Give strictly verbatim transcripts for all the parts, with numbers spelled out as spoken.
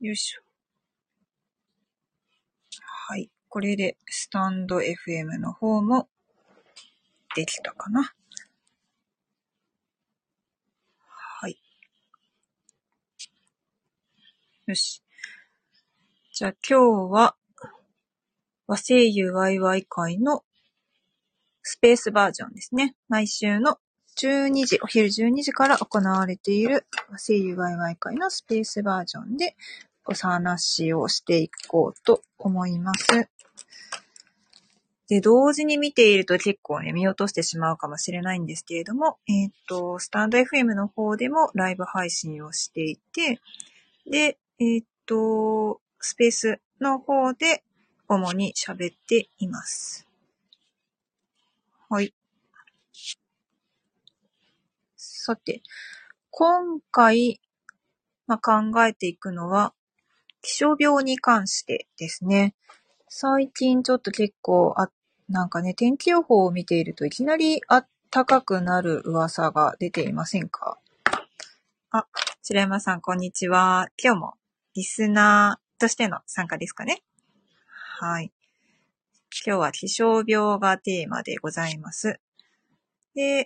よいしょ。はい。これで、スタンド エフエム の方も、できたかな。はい。よし。じゃあ今日は、和声優ワイワイ会のスペースバージョンですね。毎週のじゅうにじ、お昼じゅうにじから行われている和声優ワイワイ会のスペースバージョンでお話をしていこうと思います。で、同時に見ていると結構ね、見落としてしまうかもしれないんですけれども、えっと、スタンド エフエム の方でもライブ配信をしていて、で、えっと、スペースの方で主に喋っています。はい。さて、今回、まあ、考えていくのは、気象病に関してですね。最近ちょっと結構、あ、なんかね、天気予報を見ているといきなり暖かくなる噂が出ていませんか？あ、白山さん、こんにちは。今日もリスナーとしての参加ですかね？はい。今日は気象病がテーマでございます。で、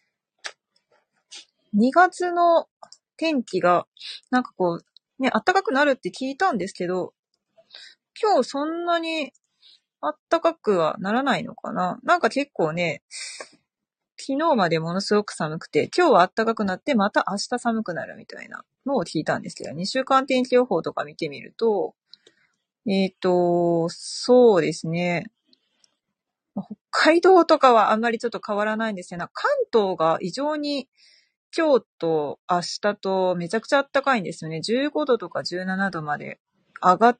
にがつの天気が、なんかこう、ね、暖かくなるって聞いたんですけど、今日そんなに暖かくはならないのかな？なんか結構ね、昨日までものすごく寒くて、今日は暖かくなってまた明日寒くなるみたいなのを聞いたんですけど、にしゅうかん天気予報とか見てみると、えっと、そうですね。北海道とかはあんまりちょっと変わらないんですよ。なんか関東が異常に今日と明日とめちゃくちゃ暖かいんですよね。じゅうごどとかじゅうななどまで上がって、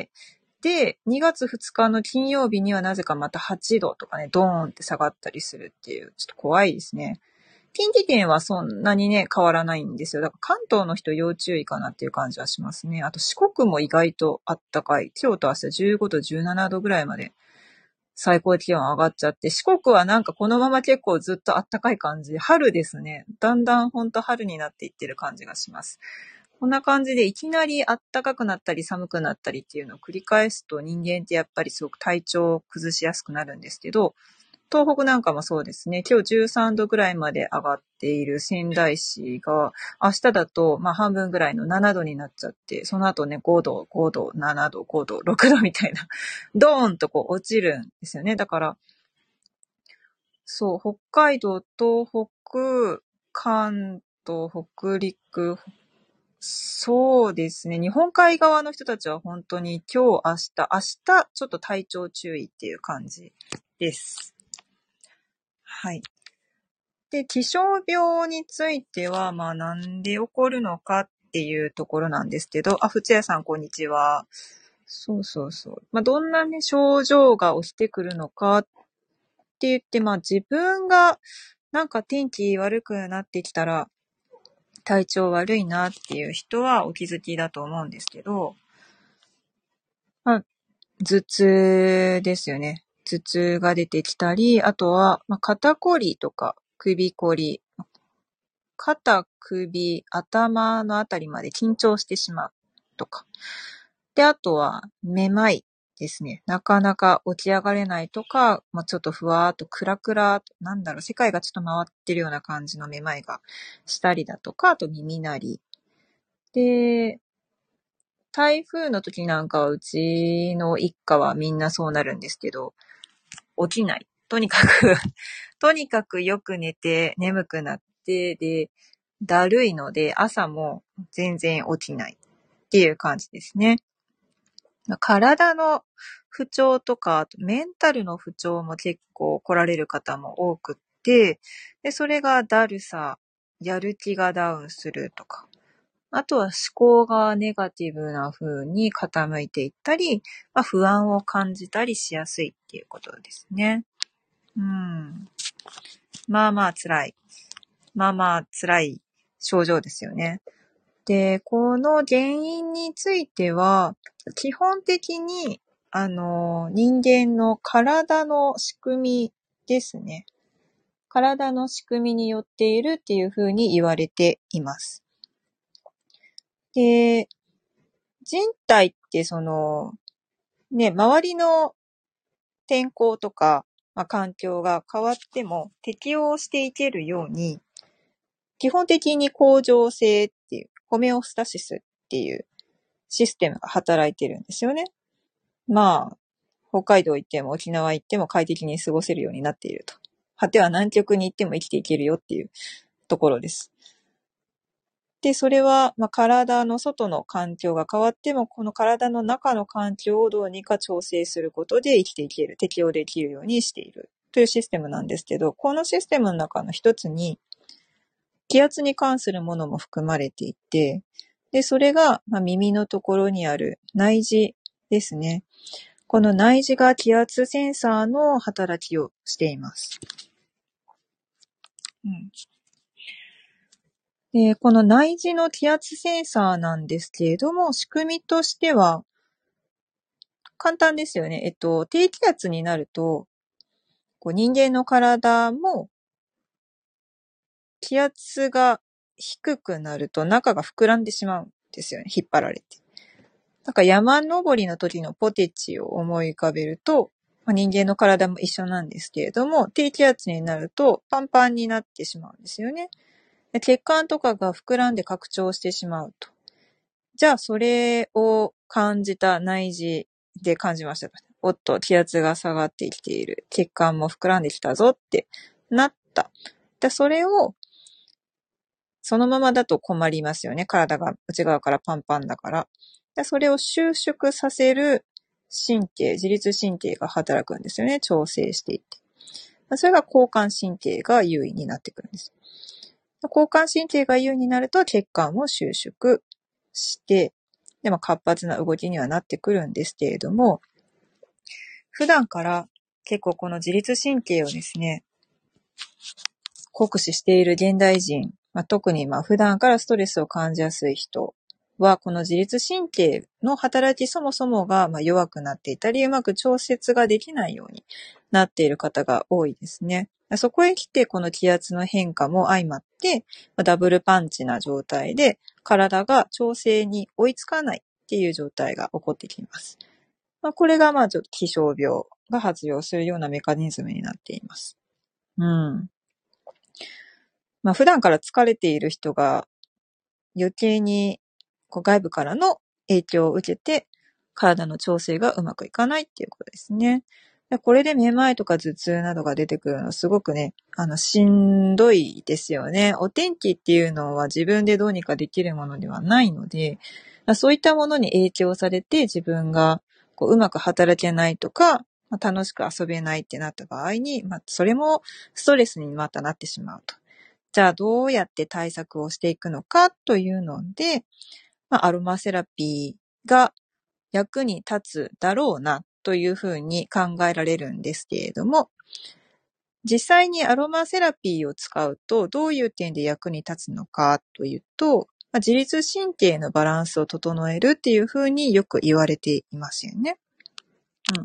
で、にがつふつかの金曜日にはなぜかまたはちどとかね、ドーンって下がったりするっていう、ちょっと怖いですね。近畿圏はそんなにね、変わらないんですよ。だから関東の人要注意かなっていう感じはしますね。あと四国も意外と暖かい。今日と明日じゅうごど、じゅうななどぐらいまで最高気温上がっちゃって、四国はなんかこのまま結構ずっと暖かい感じで、春ですね。だんだんほんと春になっていってる感じがします。こんな感じでいきなり暖かくなったり寒くなったりっていうのを繰り返すと人間ってやっぱりすごく体調を崩しやすくなるんですけど、東北なんかもそうですね。今日じゅうさんどぐらいまで上がっている仙台市が、明日だとまあ半分ぐらいのななどになっちゃって、その後ね、ごど、ごど、ななど、ごど、ろくどみたいな、ドーンとこう落ちるんですよね。だから、そう、北海道、東北、関東、北陸、そうですね。日本海側の人たちは本当に今日、明日、明日、ちょっと体調注意っていう感じです。はい。で、気象病については、まあ、なんで起こるのかっていうところなんですけど、あ、ふつやさん、こんにちは。そうそうそう。まあ、どんなね、症状が起きてくるのかって言って、まあ、自分がなんか天気悪くなってきたら、体調悪いなっていう人はお気づきだと思うんですけど、まあ、頭痛ですよね。頭痛が出てきたり、あとは、まあ、肩こりとか首こり、肩、首、頭のあたりまで緊張してしまうとか。で、あとは、めまいですね。なかなか起き上がれないとか、まあ、ちょっとふわーっとクラクラ、なんだろう、世界がちょっと回ってるような感じのめまいがしたりだとか、あと耳鳴り。で、台風の時なんかはうちの一家はみんなそうなるんですけど、起きない。とにかくとにかくよく寝て眠くなって、で、だるいので朝も全然起きないっていう感じですね。体の不調とか、あとメンタルの不調も結構来られる方も多くって、で、それがだるさ、やる気がダウンするとか、あとは思考がネガティブな風に傾いていったり、まあ、不安を感じたりしやすいっていうことですね。うん。まあまあ辛い。まあまあ辛い症状ですよね。で、この原因については、基本的に、あの、人間の体の仕組みですね。体の仕組みによっているっていうふうに言われています。で、 人体ってその、ね、周りの天候とか、まあ、環境が変わっても適応していけるように、基本的に恒常性っていう、ホメオスタシスっていうシステムが働いてるんですよね。まあ、北海道行っても沖縄行っても快適に過ごせるようになっていると。果ては南極に行っても生きていけるよっていうところです。で、それは、まあ、体の外の環境が変わっても、この体の中の環境をどうにか調整することで生きていける、適応できるようにしているというシステムなんですけど、このシステムの中の一つに、気圧に関するものも含まれていて、で、それが、まあ、耳のところにある内耳ですね。この内耳が気圧センサーの働きをしています。うん、で、この内耳の気圧センサーなんですけれども、仕組みとしては簡単ですよね。えっと、低気圧になると、こう人間の体も気圧が低くなると中が膨らんでしまうんですよね。引っ張られて。なんか山登りの時のポテチを思い浮かべると、まあ、人間の体も一緒なんですけれども、低気圧になるとパンパンになってしまうんですよね。で血管とかが膨らんで拡張してしまうと。じゃあそれを感じた内耳で感じました。おっと、気圧が下がってきている。血管も膨らんできたぞってなった。でそれをそのままだと困りますよね。体が内側からパンパンだから。でそれを収縮させる神経、自律神経が働くんですよね。調整していって。それが交感神経が優位になってくるんです。交感神経が優位になると血管を収縮して、でも活発な動きにはなってくるんですけれども、普段から結構この自律神経をですね、酷使している現代人、まあ、特にまあ普段からストレスを感じやすい人は、この自律神経の働きそもそもがまあ弱くなっていたり、うまく調節ができないようになっている方が多いですね。そこへ来て、この気圧の変化も相まって、ダブルパンチな状態で、体が調整に追いつかないっていう状態が起こってきます。まあ、これがまあちょっと気象病が発病するようなメカニズムになっています。うん。まあ、普段から疲れている人が余計にこう外部からの影響を受けて、体の調整がうまくいかないっていうことですね。これでめまいとか頭痛などが出てくるのすごくね、あの、しんどいですよね。お天気っていうのは自分でどうにかできるものではないので、そういったものに影響されて自分がこううまく働けないとか、まあ、楽しく遊べないってなった場合に、まあ、それもストレスにまたなってしまうと。じゃあどうやって対策をしていくのかというので、まあ、アロマセラピーが役に立つだろうなというふうに考えられるんですけれども、実際にアロマセラピーを使うとどういう点で役に立つのかというと、まあ、自律神経のバランスを整えるっていうふうによく言われていますよね。うん。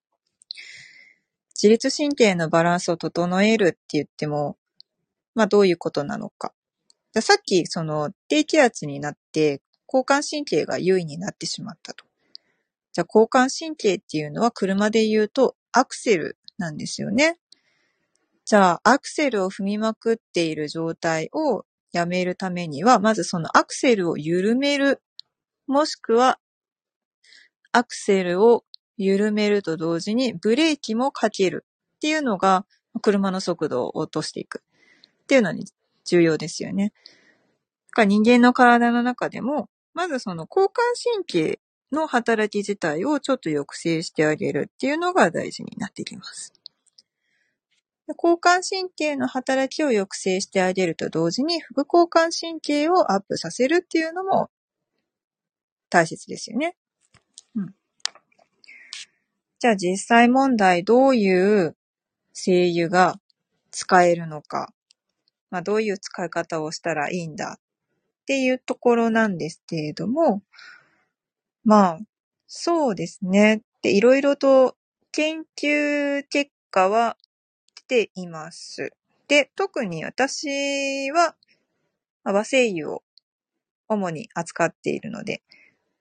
自律神経のバランスを整えるって言っても、まあどういうことなのか。さっきその低気圧になって交感神経が優位になってしまったと。じゃあ交感神経っていうのは車で言うとアクセルなんですよね。じゃあアクセルを踏みまくっている状態をやめるためには、まずそのアクセルを緩める、もしくはアクセルを緩めると同時にブレーキもかけるっていうのが車の速度を落としていくっていうのに重要ですよね。人間の体の中でも、まずその交感神経の働き自体をちょっと抑制してあげるっていうのが大事になってきます。交感神経の働きを抑制してあげると同時に、副交感神経をアップさせるっていうのも大切ですよね。うん、じゃあ実際問題どういう精油が使えるのか、まあ、どういう使い方をしたらいいんだっていうところなんですけれども、まあ、そうですね。で、いろいろと研究結果は出ています。で、特に私は和精油を主に扱っているので、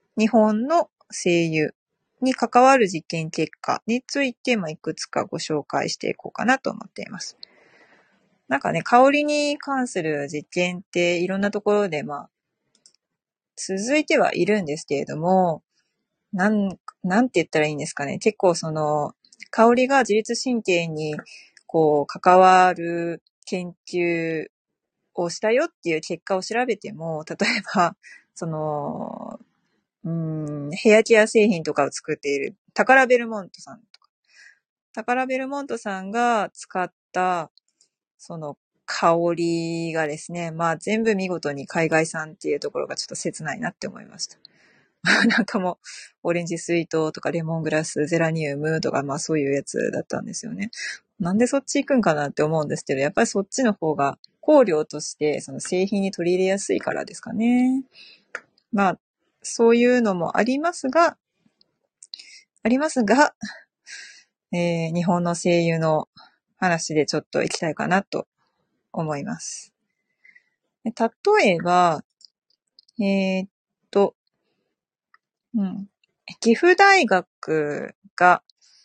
日本の声優に関わる実験結果について、まあ、いくつかご紹介していこうかなと思っています。なんかね、香りに関する実験っていろんなところで、まあ、続いてはいるんですけれども、なん、なんて言ったらいいんですかね。結構その、香りが自律神経に、こう、関わる研究をしたよっていう結果を調べても、例えば、その、うーん、ヘアケア製品とかを作っているタカラベルモントさんとか、タカラベルモントさんが使った、その香りがですね、まあ全部見事に海外産っていうところがちょっと切ないなって思いました。なんかもう、オレンジスイートとかレモングラス、ゼラニウムとか、まあそういうやつだったんですよね。なんでそっち行くんかなって思うんですけど、やっぱりそっちの方が香料としてその製品に取り入れやすいからですかね。まあ、そういうのもありますが、ありますが、えー、日本の声優の話でちょっと行きたいかなと思います。例えば、えー、っと、うん、岐阜大学が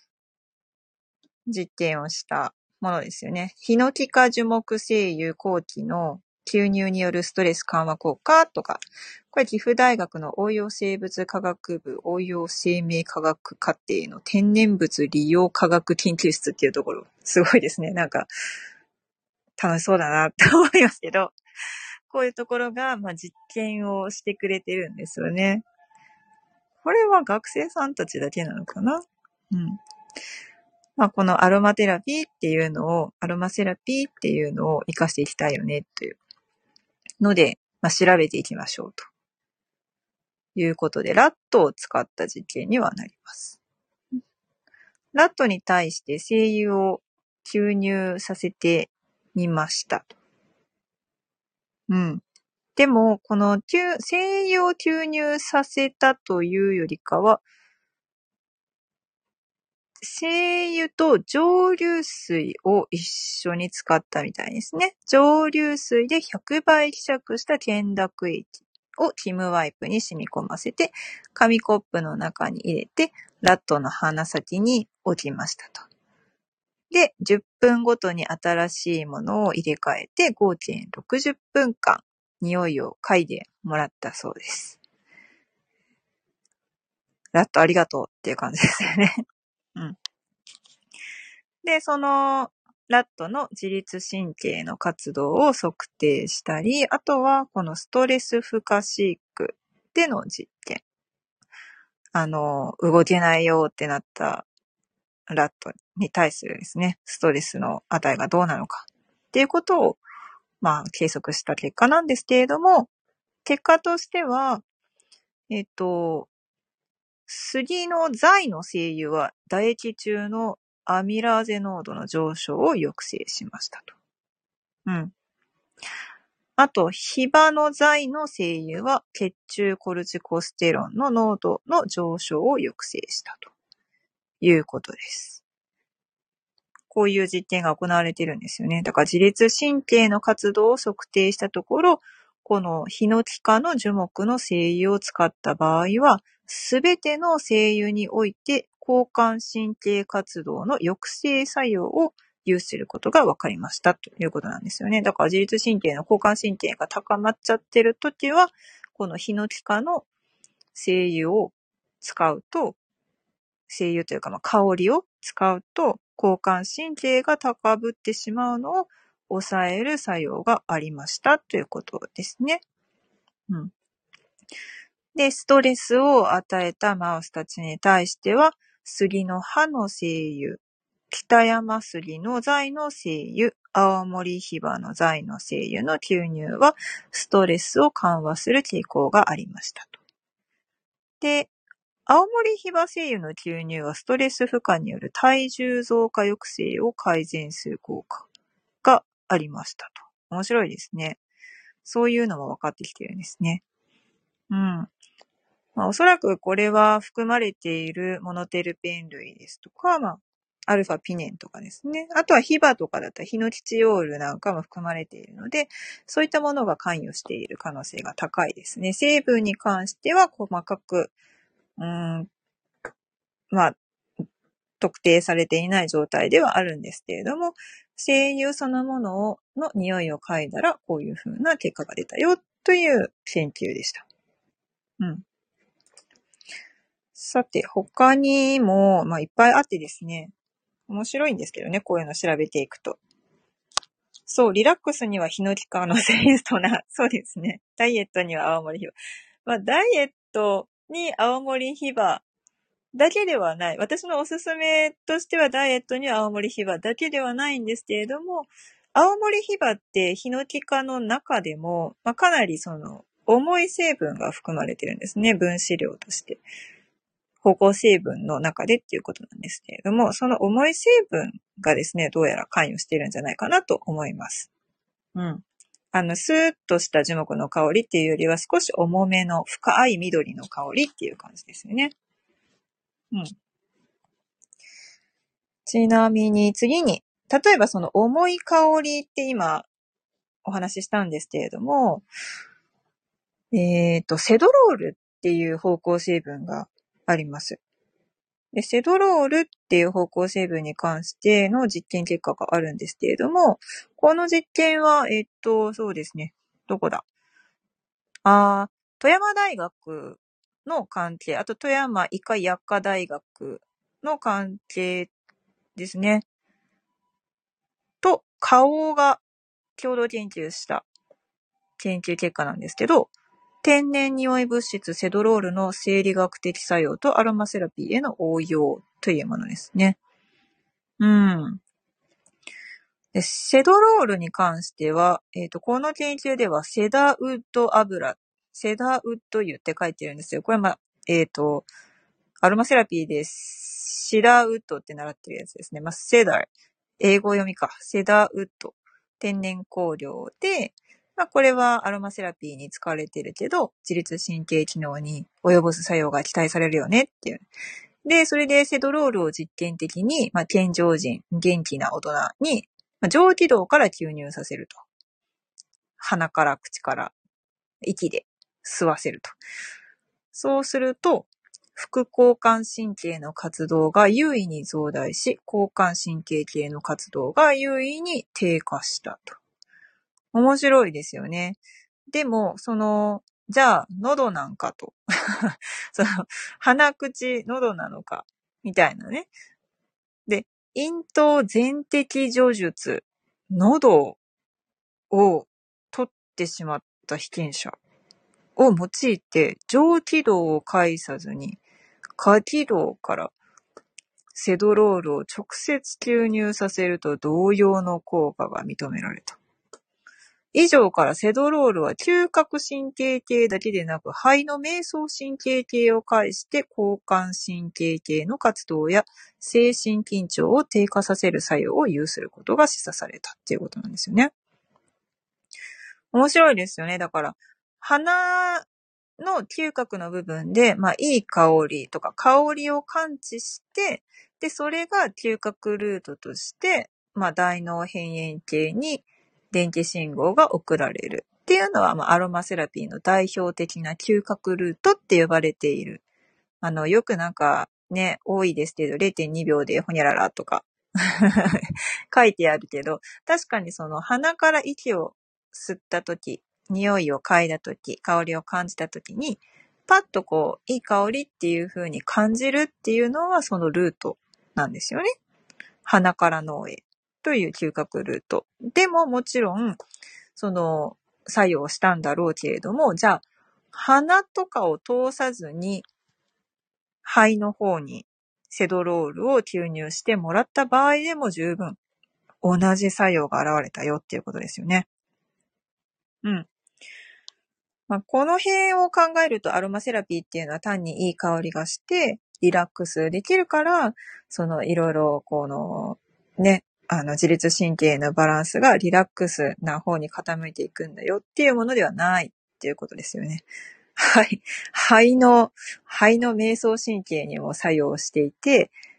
実験をしたものですよね。ヒノキ科樹木精油後期の吸入によるストレス緩和効果とか、これ岐阜大学の応用生物科学部応用生命科学課程の天然物利用科学研究室っていうところ、すごいですね。なんか楽しそうだなって思いますけど、こういうところが、まあ、実験をしてくれてるんですよね。これは学生さんたちだけなのかな？うん。まあ、このアロマテラピーっていうのを、アロマセラピーっていうのを活かしていきたいよね、というので、まあ、調べていきましょうということで、ラットを使った実験にはなります。ラットに対して精油を吸入させてみました。うん。でも、この精油を吸入させたというよりかは、精油と蒸留水を一緒に使ったみたいですね。蒸留水でひゃくばい希釈した懸濁液をキムワイプに染み込ませて、紙コップの中に入れて、ラットの鼻先に置きましたと。で、じゅっぷんごとに新しいものを入れ替えて、合計ろくじゅっぷんかん、匂いを嗅いでもらったそうです。ラットありがとうっていう感じですよね。うん。で、その、ラットの自律神経の活動を測定したり、あとはこのストレス負荷飼育での実験。あの、動けないよってなったラットに対するですね、ストレスの値がどうなのかっていうことを、まあ、計測した結果なんですけれども、結果としては、えっと、杉の材の精油は唾液中のアミラーゼ濃度の上昇を抑制しましたと。うん。あと、ヒバの材の精油は血中コルチコステロンの濃度の上昇を抑制したということです。こういう実験が行われているんですよね。だから自律神経の活動を測定したところ、このヒノキ科の樹木の精油を使った場合は、すべての精油において交感神経活動の抑制作用を有することが分かりましたということなんですよね。だから自律神経の交感神経が高まっちゃってるときは、このヒノキ科の精油を使うと、精油というかまあ香りを使うと交感神経が高ぶってしまうのを抑える作用がありましたということですね。うん。で、ストレスを与えたマウスたちに対しては、杉の葉の精油、北山杉の材の精油、青森ヒバの材の精油の吸入は、ストレスを緩和する傾向がありましたと。で、青森ヒバ精油の吸入はストレス負荷による体重増加抑制を改善する効果がありましたと。面白いですね。そういうのも分かってきてるんですね。うん。まあ、おそらくこれは含まれているモノテルペン類ですとか、まあ、 アルファピネンとかですね。あとはヒバとかだったらヒノキチオールなんかも含まれているので、そういったものが関与している可能性が高いですね。成分に関しては細かく、うーん、まあ、特定されていない状態ではあるんですけれども、精油そのものをの匂いを嗅いだらこういう風な結果が出たよという研究でした。うん。さて、他にも、まあ、いっぱいあってですね、面白いんですけどね、こういうの調べていくと。そう、リラックスにはヒノキ科のセイストナ、そうですね。ダイエットには青森ヒバ。まあ、ダイエットに青森ヒバだけではない。私のおすすめとしてはダイエットには青森ヒバだけではないんですけれども、青森ヒバってヒノキ科の中でも、まあ、かなりその重い成分が含まれてるんですね。分子量として。芳香成分の中でっていうことなんですけれども、その重い成分がですね、どうやら関与しているんじゃないかなと思います。うん。あの、スーッとした樹木の香りっていうよりは少し重めの深い緑の香りっていう感じですよね。うん。ちなみに次に、例えばその重い香りって今お話ししたんですけれども、えっと、セドロールっていう芳香成分があります。で、セドロールっていう芳香成分に関しての実験結果があるんですけれども、この実験は、えっと、そうですね。どこだあ富山大学の関係、あと富山医科薬科大学の関係ですね。と、花王が共同研究した研究結果なんですけど、天然匂い物質セドロールの生理学的作用とアロマセラピーへの応用というものですね。うん。でセドロールに関しては、えっと、この研究ではセダウッド油、セダウッド油って書いてるんですよ。これはまあ、えっと、アロマセラピーでシダーウッドって習ってるやつですね。まあ、セダー、英語読みか。セダーウッド。天然香料で、まあ、これはアロマセラピーに使われてるけど、自律神経機能に及ぼす作用が期待されるよねっていう。で、それでセドロールを実験的に、まあ、健常人、元気な大人に、まあ、上気道から吸入させると。鼻から口から息で吸わせると。そうすると、副交感神経の活動が優位に増大し、交感神経系の活動が優位に低下したと。面白いですよね。でも、その、じゃあ、喉なんかと。その、鼻口、喉なのか、みたいなね。で、咽頭全摘除術、喉を取ってしまった被験者を用いて、上気道を介さずに、下気道からセドロールを直接吸入させると同様の効果が認められた。以上からセドロールは嗅覚神経系だけでなく肺の迷走神経系を介して交感神経系の活動や精神緊張を低下させる作用を有することが示唆されたっていうことなんですよね。面白いですよね。だから鼻の嗅覚の部分で、まあ、いい香りとか香りを感知して、で、それが嗅覚ルートとして、まあ、大脳辺縁系に電気信号が送られるっていうのは、まあ、アロマセラピーの代表的な嗅覚ルートって呼ばれている。あの、よくなんかね、多いですけど、れいてんにびょうでほにゃららとか書いてあるけど、確かにその鼻から息を吸ったとき、匂いを嗅いだとき、香りを感じたときに、パッとこう、いい香りっていう風に感じるっていうのはそのルートなんですよね。鼻から脳へという嗅覚ルート。でももちろん、その作用したんだろうけれども、じゃあ、鼻とかを通さずに、肺の方にセドロールを吸入してもらった場合でも十分同じ作用が現れたよっていうことですよね。うん。まあ、この辺を考えるとアロマセラピーっていうのは単にいい香りがしてリラックスできるから、そのいろいろこのね、あの自律神経のバランスがリラックスな方に傾いていくんだよっていうものではないっていうことですよね。はい。肺の、肺の迷走神経にも作用していて、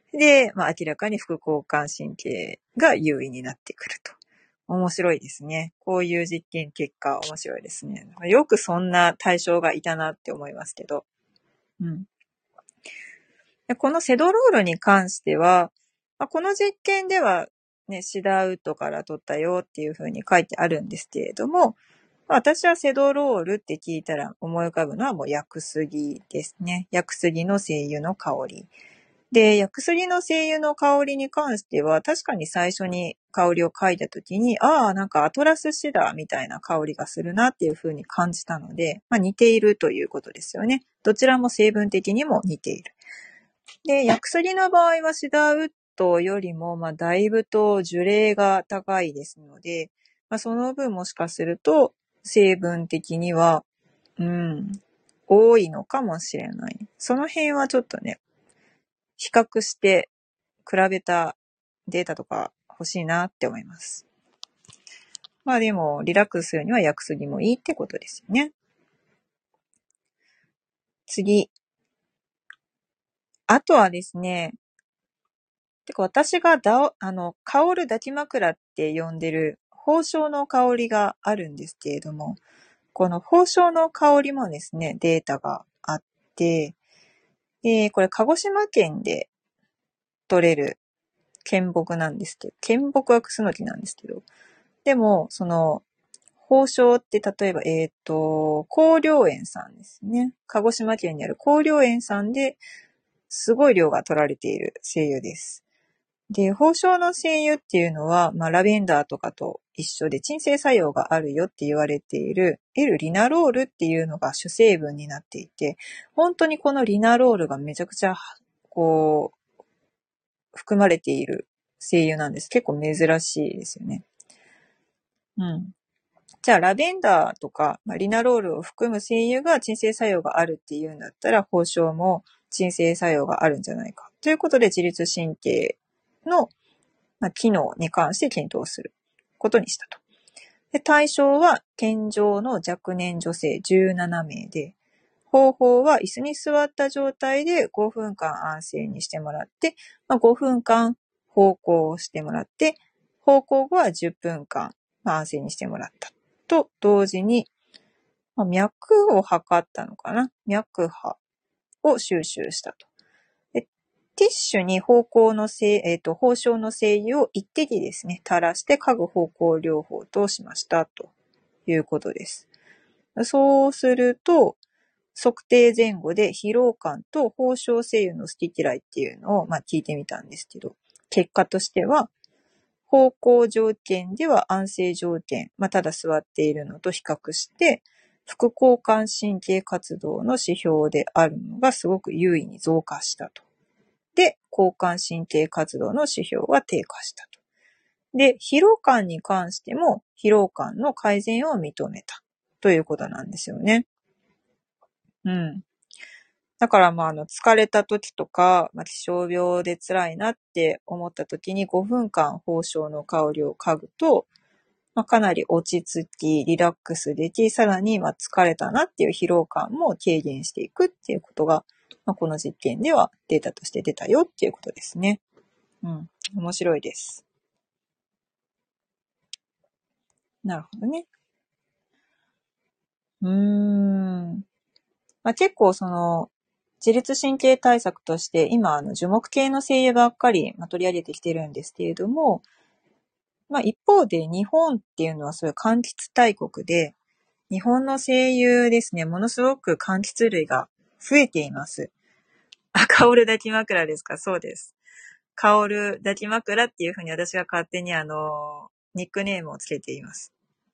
で、まあ明らかに副交感神経が優位になってくると。面白いですね。こういう実験結果面白いですね。よくそんな対象がいたなって思いますけど。うん。でこのセドロールに関しては、まあ、この実験ではね、シダーウッドから取ったよっていうふうに書いてあるんですけれども、私はセドロールって聞いたら思い浮かぶのはもう薬杉ですね。薬杉の精油の香り。で、薬杉の精油の香りに関しては、確かに最初に香りを嗅いだときに、ああ、なんかアトラスシダーみたいな香りがするなっていうふうに感じたので、まあ似ているということですよね。どちらも成分的にも似ている。で、薬杉の場合はシダーウッドよりも、まあだいぶと樹齢が高いですので、まあその分もしかすると成分的には、うん、多いのかもしれない。その辺はちょっとね、比較して比べたデータとか欲しいなって思います。まあでも、リラックスするには薬杉もいいってことですよね。次。あとはですね、てか私がだあの、香る抱き枕って呼んでる芳香の香りがあるんですけれども、この芳香の香りもですね、データがあって、で、これ鹿児島県で取れる献木なんですけど、献木はクスノキなんですけど、でも、その、芳香って例えば、えっと、香料園さんですね。鹿児島県にある香料園さんですごい量が取られている精油です。で、芳香の精油っていうのは、まあ、ラベンダーとかと一緒で鎮静作用があるよって言われている L リナロールっていうのが主成分になっていて、本当にこのリナロールがめちゃくちゃ、こう、含まれている精油なんです。結構珍しいですよね。うん。じゃあ、ラベンダーとか、まあ、リナロールを含む精油が鎮静作用があるっていうんだったら、芳香も鎮静作用があるんじゃないか。ということで、自律神経の、まあ、機能に関して検討することにしたと。で、対象は、健常の若年女性じゅうななめいで、方法は椅子に座った状態でごふんかん安静にしてもらって、まあ、ごふんかん方向をしてもらって、方向後はじゅっぷんかん、まあ、安静にしてもらった。と同時に、まあ、脈を測ったのかな、脈波を収集したと。でティッシュに芳香の精、えっと、芳香の精油を一滴ですね、垂らして家具芳香療法としましたということです。そうすると、測定前後で疲労感と芳香精油の好き嫌いっていうのを、まあ、聞いてみたんですけど、結果としては、芳香条件では安静条件、まあ、ただ座っているのと比較して、副交感神経活動の指標であるのがすごく優位に増加したと。で、交感神経活動の指標は低下したと。で、疲労感に関しても疲労感の改善を認めたということなんですよね。うん。だからまあ、あの、疲れた時とか、まあ、気象病で辛いなって思った時にごふんかん芳香の香りを嗅ぐと、まあ、かなり落ち着き、リラックスでき、さらにまあ疲れたなっていう疲労感も軽減していくっていうことが、まあ、この実験ではデータとして出たよっていうことですね。うん。面白いです。なるほどね。うーん。まあ、結構その、自律神経対策として、今、あの、樹木系の精油ばっかり、まあ、取り上げてきてるんですけれども、まあ、一方で日本っていうのはそういう柑橘大国で、日本の精油ですね、ものすごく柑橘類が増えています。あ、香る抱き枕ですか？そうです。香る抱き枕っていうふうに私が勝手にあの、ニックネームをつけています。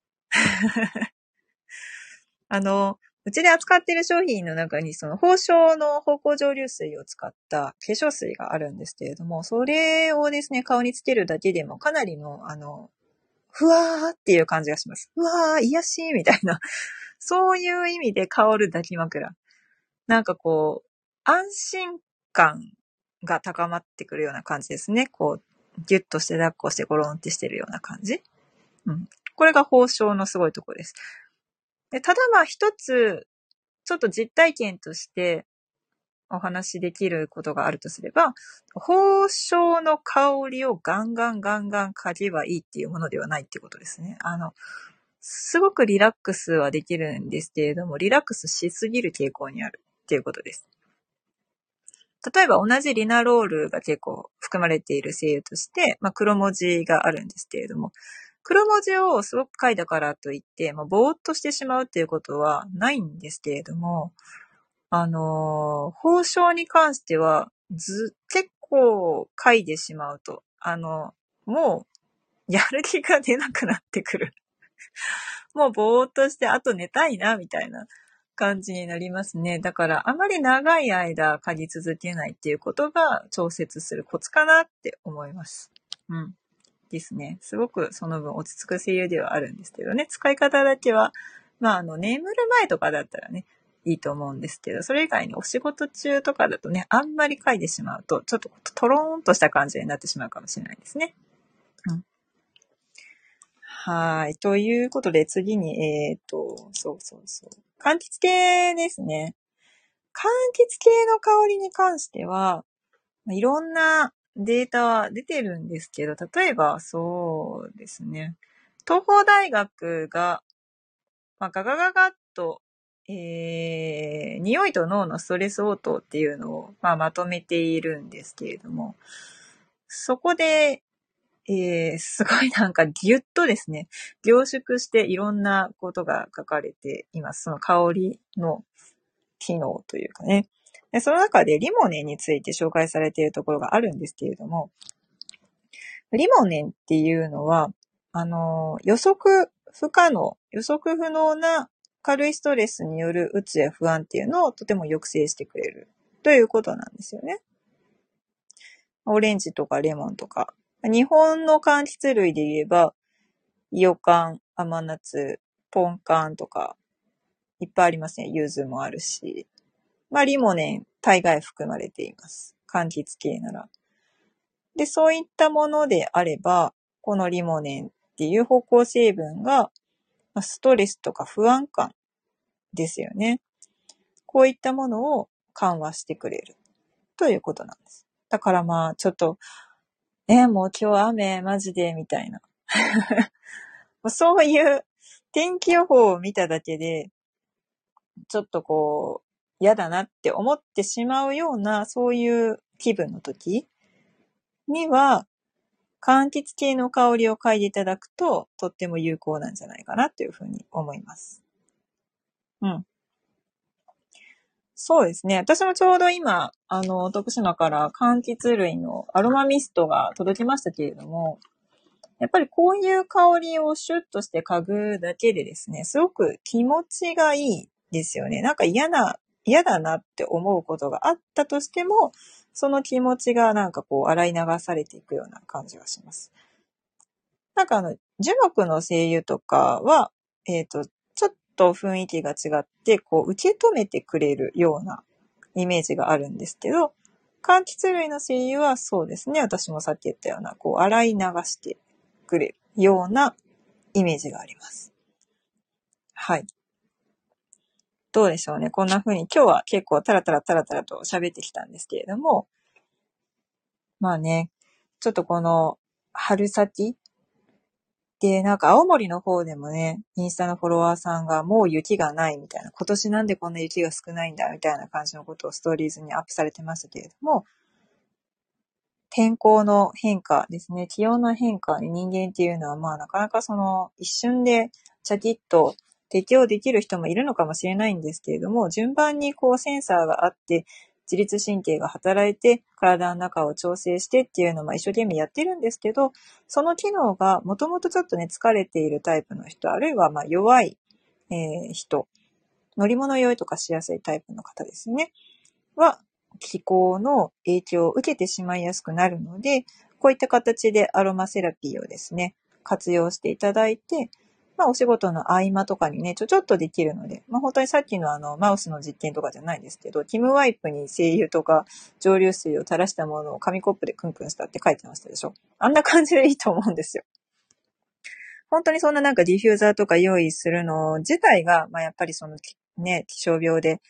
あの、うちで扱っている商品の中にその芳香の芳香蒸留水を使った化粧水があるんですけれども、それをですね、顔につけるだけでもかなりの、あの、ふわーっていう感じがします。うわー、癒しみたいな。そういう意味で香る抱き枕。なんかこう、安心感が高まってくるような感じですね。こう、ギュッとして抱っこしてゴロンってしてるような感じ。うん。これが芳香のすごいところです。で、ただまあ一つ、ちょっと実体験として、 お話しできることがあるとすれば、宝生の香りをガンガンガンガン嗅げばいいっていうものではないっていうことですね。あの、すごくリラックスはできるんですけれども、リラックスしすぎる傾向にあるっていうことです。例えば同じリナロールが結構含まれている精油として、まあ、黒文字があるんですけれども、黒文字をすごく書いたからといって、まあ、ぼーっとしてしまうっていうことはないんですけれども、あのー、宝生に関しては、ず、結構書いてしまうと、あの、もう、やる気が出なくなってくる。もうぼーっとして、あと寝たいな、みたいな感じになりますね。だから、あまり長い間嗅ぎ続けないっていうことが調節するコツかなって思います。うん。ですね。すごくその分落ち着く精油ではあるんですけどね。使い方だけは、まあ、あの、眠る前とかだったらね、いいと思うんですけど、それ以外にお仕事中とかだとね、あんまり嗅いでしまうと、ちょっとトローンとした感じになってしまうかもしれないですね。うん。はい。ということで、次に、えっと、そうそうそう。柑橘系ですね。柑橘系の香りに関しては、いろんなデータは出てるんですけど、例えば、そうですね。東邦大学が、まあ、ガガガガッと、えー、匂いと脳のストレス応答っていうのを、まあ、まとめているんですけれども、そこで、えー、すごいなんかギュッとですね、凝縮していろんなことが書かれています。その香りの機能というかね。でその中でリモネンについて紹介されているところがあるんですけれども、リモネンっていうのは、あの、予測不可能、予測不能な軽いストレスによるうつや不安っていうのをとても抑制してくれるということなんですよね。オレンジとかレモンとか。日本の柑橘類で言えば、イヨカン、甘夏、ポンカンとか、いっぱいありますね。ユズもあるし。まあ、リモネン、大概含まれています。柑橘系なら。で、そういったものであれば、このリモネンっていう芳香成分が、ストレスとか不安感ですよね。こういったものを緩和してくれるということなんです。だからまあ、ちょっと、えー、もう今日雨マジでみたいな。そういう天気予報を見ただけで、ちょっとこう、嫌だなって思ってしまうような、そういう気分の時には、柑橘系の香りを嗅いでいただくと、とっても有効なんじゃないかなというふうに思います。うん。そうですね。私もちょうど今、あの、徳島から柑橘類のアロマミストが届きましたけれども、やっぱりこういう香りをシュッとして嗅ぐだけでですね、すごく気持ちがいいですよね。なんか嫌な、嫌だなって思うことがあったとしても、その気持ちがなんかこう洗い流されていくような感じがします。なんかあの、樹木の精油とかは、えっと、ちょっと雰囲気が違って、こう、受け止めてくれるようなイメージがあるんですけど、柑橘類の精油はそうですね、私もさっき言ったような、こう、洗い流してくれるようなイメージがあります。はい。どうでしょうね。こんな風に今日は結構タラタラタラタラと喋ってきたんですけれども、まあね、ちょっとこの春先で、なんか青森の方でもね、インスタのフォロワーさんがもう雪がないみたいな、今年なんでこんな雪が少ないんだみたいな感じのことをストーリーズにアップされてましたけれども、天候の変化ですね、気温の変化に人間っていうのはまあなかなかその一瞬でチャキッと適応できる人もいるのかもしれないんですけれども、順番にこうセンサーがあって、自律神経が働いて体の中を調整してっていうのをまあ一生懸命やってるんですけど、その機能がもともとちょっとね疲れているタイプの人、あるいはまあ弱い、えー、人、乗り物酔いとかしやすいタイプの方ですね、は気候の影響を受けてしまいやすくなるので、こういった形でアロマセラピーをですね、活用していただいて、まあお仕事の合間とかにね、ちょちょっとできるので、まあ本当にさっきのあのマウスの実験とかじゃないですけど、キムワイプに精油とか蒸留水を垂らしたものを紙コップでクンクンしたって書いてましたでしょ。あんな感じでいいと思うんですよ。本当にそんななんかディフューザーとか用意するの自体が、まあやっぱりそのね、気象病で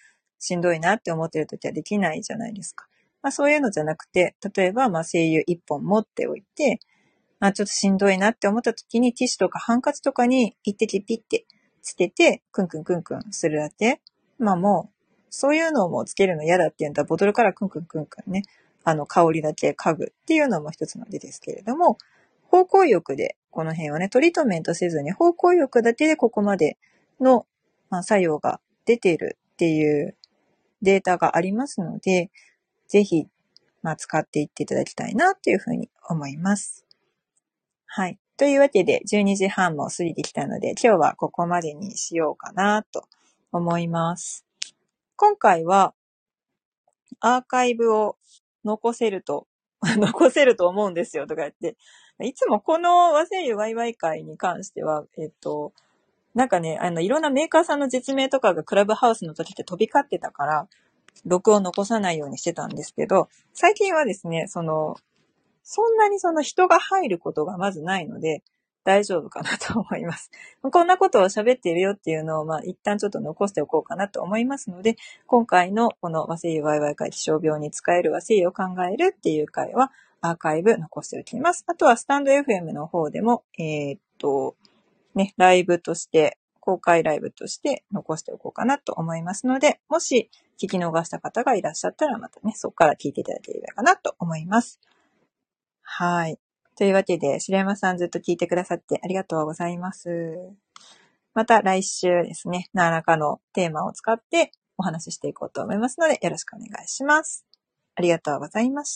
しんどいなって思ってる時はできないじゃないですか。まあそういうのじゃなくて、例えばまあ精油一本持っておいて、まあちょっとしんどいなって思った時にティッシュとかハンカチとかに一滴ピッてつけて、クンクンクンクンするだけ。まあもう、そういうのもつけるの嫌だっていうんだったら、ボトルからクンクンクンクンね、あの香りだけ嗅ぐっていうのも一つの手ですけれども、芳香浴でこの辺をね、トリートメントせずに芳香浴だけでここまでの、まあ、作用が出ているっていうデータがありますので、ぜひ、まあ、使っていっていただきたいなというふうに思います。はい。というわけで、じゅうにじはんも過ぎてきたので、今日はここまでにしようかなと思います。今回は、アーカイブを残せると、残せると思うんですよとか言って、いつもこの和製油ワイワイ会に関しては、えっと、なんかね、あの、いろんなメーカーさんの実名とかがクラブハウスの時って飛び交ってたから、録音残さないようにしてたんですけど、最近はですね、その、そんなにその人が入ることがまずないので、大丈夫かなと思います。こんなことを喋っているよっていうのを、まあ、一旦ちょっと残しておこうかなと思いますので、今回のこの和製油ワイワイ会気象病に使える和製油を考えるっていう回は、アーカイブ残しておきます。あとはスタンド エフエム の方でも、えー、っと、ね、ライブとして、公開ライブとして残しておこうかなと思いますので、もし聞き逃した方がいらっしゃったらまたね、そこから聞いていただければかなと思います。はい。というわけで、白山さんずっと聞いてくださってありがとうございます。また来週ですね、何らかのテーマを使ってお話ししていこうと思いますので、よろしくお願いします。ありがとうございました。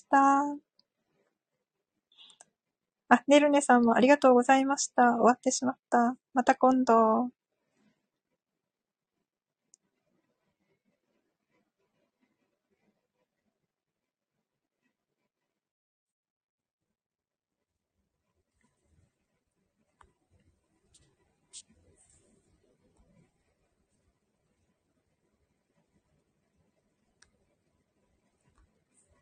あ、ねるねさんもありがとうございました。終わってしまった。また今度。